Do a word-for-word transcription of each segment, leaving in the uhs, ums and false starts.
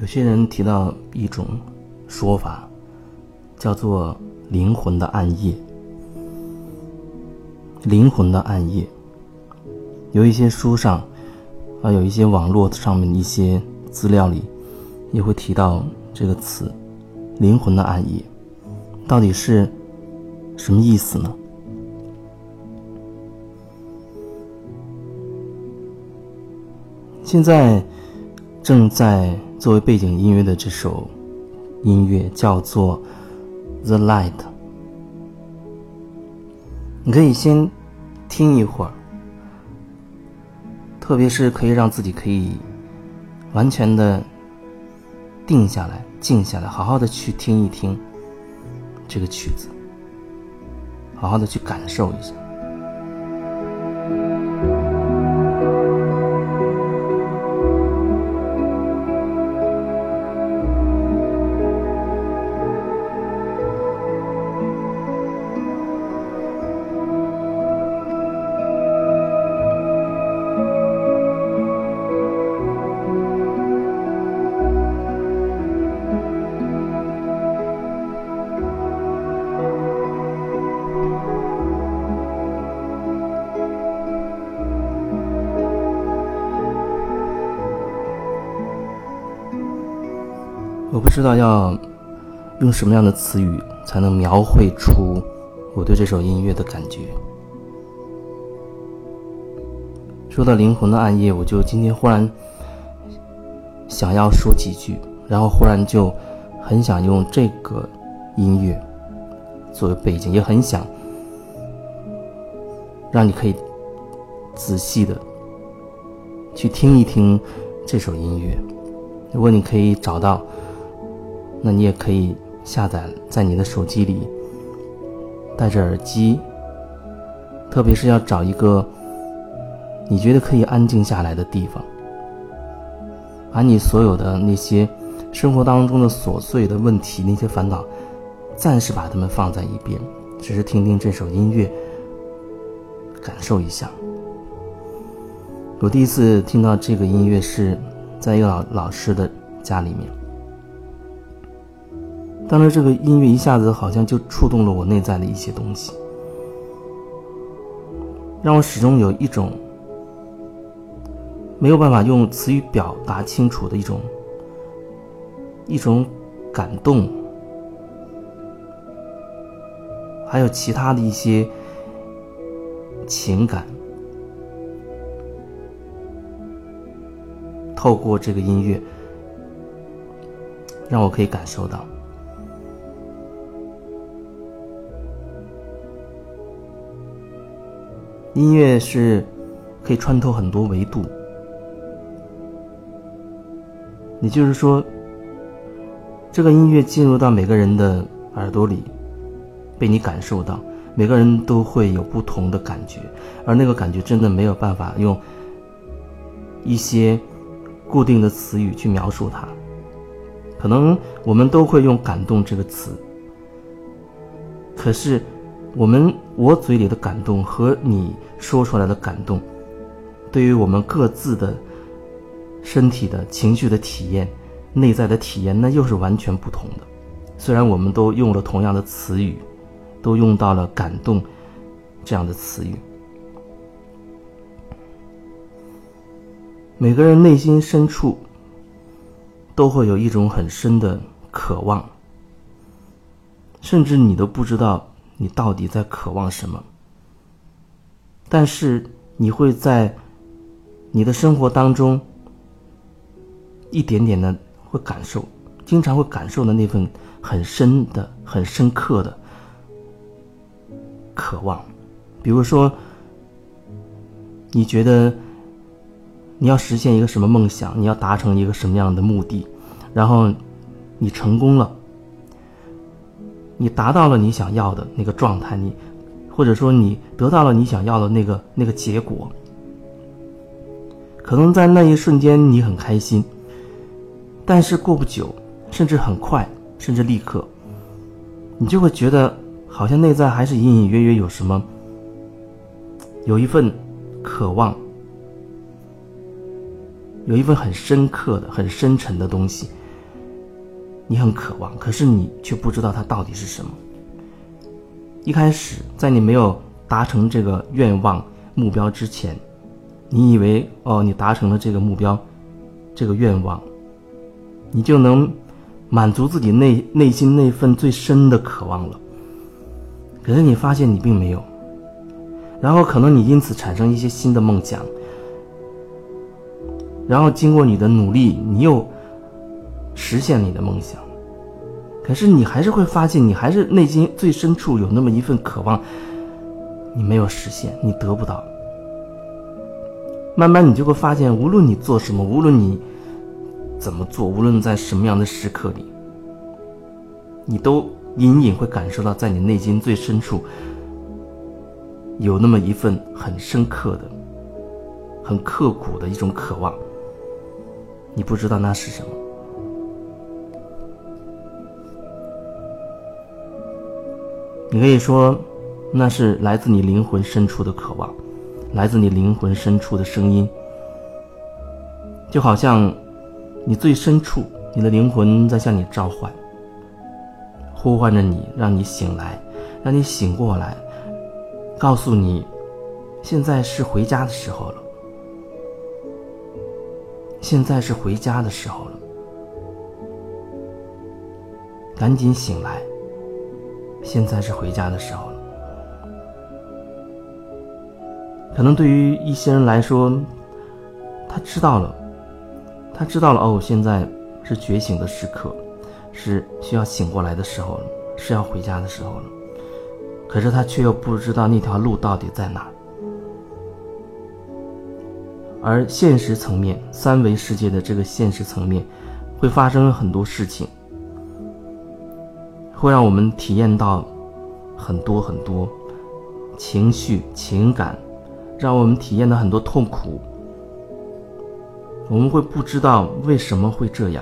有些人提到一种说法，叫做灵魂的暗夜。灵魂的暗夜，有一些书上啊，有一些网络上面的一些资料里也会提到这个词，灵魂的暗夜，到底是什么意思呢？现在正在作为背景音乐的这首音乐叫做 The Light， 你可以先听一会儿，特别是可以让自己可以完全的定下来，静下来，好好的去听一听这个曲子，好好的去感受一下。我不知道要用什么样的词语才能描绘出我对这首音乐的感觉。说到灵魂的暗夜，我就今天忽然想要说几句，然后忽然就很想用这个音乐作为背景，也很想让你可以仔细的去听一听这首音乐。如果你可以找到，那你也可以下载在你的手机里，戴着耳机，特别是要找一个你觉得可以安静下来的地方，把你所有的那些生活当中的琐碎的问题，那些烦恼暂时把它们放在一边，只是听听这首音乐，感受一下。我第一次听到这个音乐是在一个 老, 老师的家里面，当时这个音乐一下子好像就触动了我内在的一些东西，让我始终有一种没有办法用词语表达清楚的一种一种感动，还有其他的一些情感，透过这个音乐让我可以感受到。音乐是可以穿透很多维度，也就是说，这个音乐进入到每个人的耳朵里，被你感受到，每个人都会有不同的感觉，而那个感觉真的没有办法用一些固定的词语去描述它。可能我们都会用感动这个词，可是我们我嘴里的感动和你说出来的感动，对于我们各自的身体的情绪的体验，内在的体验，那又是完全不同的。虽然我们都用了同样的词语，都用到了感动这样的词语，每个人内心深处都会有一种很深的渴望，甚至你都不知道你到底在渴望什么，但是你会在你的生活当中一点点的会感受，经常会感受的那份很深的很深刻的渴望。比如说你觉得你要实现一个什么梦想，你要达成一个什么样的目的，然后你成功了，你达到了你想要的那个状态，你或者说你得到了你想要的那个那个结果，可能在那一瞬间你很开心，但是过不久，甚至很快，甚至立刻，你就会觉得好像内在还是隐隐约约有什么，有一份渴望，有一份很深刻的很深沉的东西你很渴望，可是你却不知道它到底是什么。一开始在你没有达成这个愿望目标之前，你以为哦，你达成了这个目标这个愿望，你就能满足自己内内心那份最深的渴望了。可是你发现你并没有，然后可能你因此产生一些新的梦想，然后经过你的努力，你又实现你的梦想。可是你还是会发现，你还是内心最深处有那么一份渴望，你没有实现，你得不到。慢慢你就会发现，无论你做什么，无论你怎么做，无论在什么样的时刻里，你都隐隐会感受到，在你内心最深处有那么一份很深刻的、很刻骨的一种渴望，你不知道那是什么。你可以说那是来自你灵魂深处的渴望，来自你灵魂深处的声音，就好像你最深处，你的灵魂在向你召唤，呼唤着你，让你醒来，让你醒过来，告诉你现在是回家的时候了，现在是回家的时候了，赶紧醒来，现在是回家的时候了。可能对于一些人来说，他知道了，他知道了哦，现在是觉醒的时刻，是需要醒过来的时候了，是要回家的时候了。可是他却又不知道那条路到底在哪儿。而现实层面，三维世界的这个现实层面，会发生很多事情，会让我们体验到很多很多情绪、情感，让我们体验到很多痛苦。我们会不知道为什么会这样，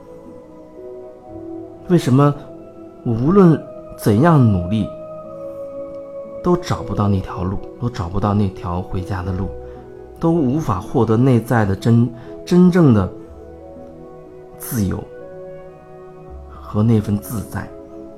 为什么我无论怎样努力，都找不到那条路，都找不到那条回家的路，都无法获得内在的真真正的自由和那份自在。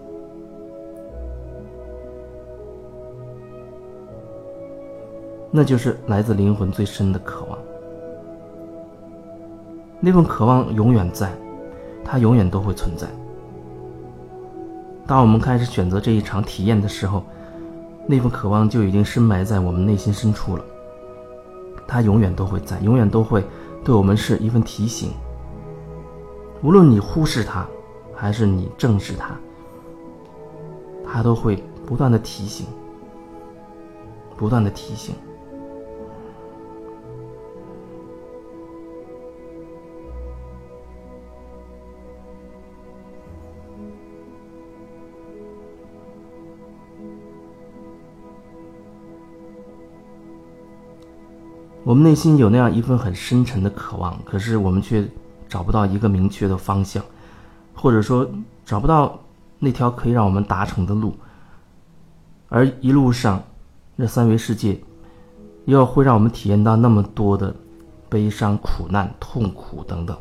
那就是来自灵魂最深的渴望。那份渴望永远在，它永远都会存在。当我们开始选择这一场体验的时候，那份渴望就已经深埋在我们内心深处了。它永远都会在，永远都会对我们是一份提醒。无论你忽视它，还是你正视它，它都会不断的提醒，不断的提醒。我们内心有那样一份很深沉的渴望，可是我们却找不到一个明确的方向，或者说找不到那条可以让我们达成的路。而一路上，这三维世界又会让我们体验到那么多的悲伤、苦难、痛苦等等。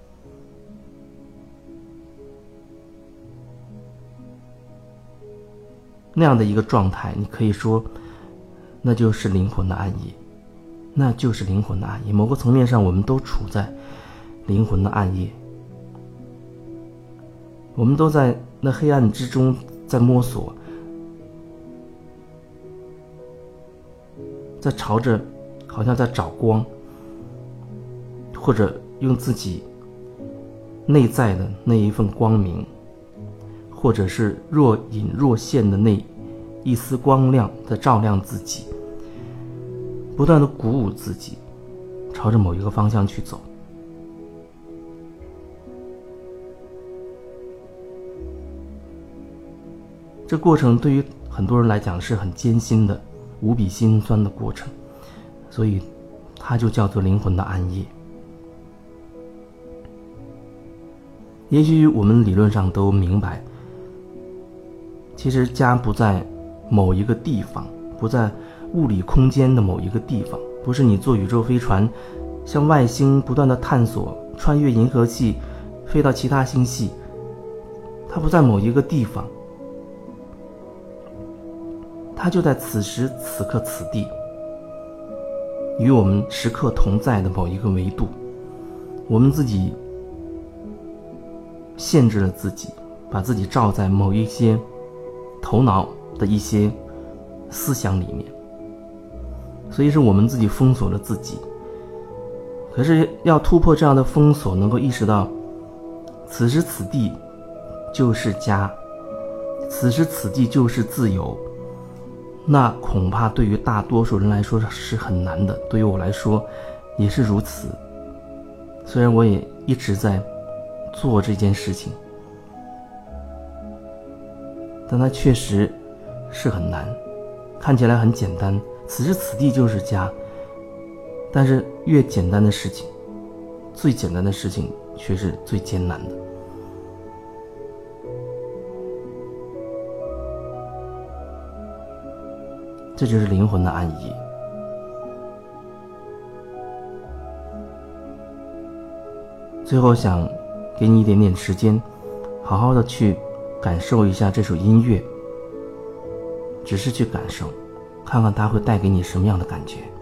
那样的一个状态，你可以说那就是灵魂的暗夜，那就是灵魂的暗夜。某个层面上，我们都处在灵魂的暗夜，我们都在那黑暗之中在摸索，在朝着好像在找光，或者用自己内在的那一份光明，或者是若隐若现的那一丝光亮在照亮自己，不断的鼓舞自己，朝着某一个方向去走。这过程对于很多人来讲是很艰辛的，无比心酸的过程，所以它就叫做灵魂的暗夜。也许我们理论上都明白，其实家不在某一个地方，不在物理空间的某一个地方，不是你坐宇宙飞船向外星不断的探索，穿越银河系飞到其他星系， 它不在某一个地方，它就在此时此刻此地，与我们时刻同在的某一个维度。我们自己限制了自己，把自己罩在某一些头脑的一些思想里面，所以是我们自己封锁了自己。可是要突破这样的封锁，能够意识到此时此地就是家，此时此地就是自由，那恐怕对于大多数人来说是很难的，对于我来说也是如此。虽然我也一直在做这件事情，但它确实是很难。看起来很简单，此时此地就是家，但是越简单的事情，最简单的事情却是最艰难的。这就是灵魂的暗意。最后想给你一点点时间，好好的去感受一下这首音乐，只是去感受，看看它会带给你什么样的感觉。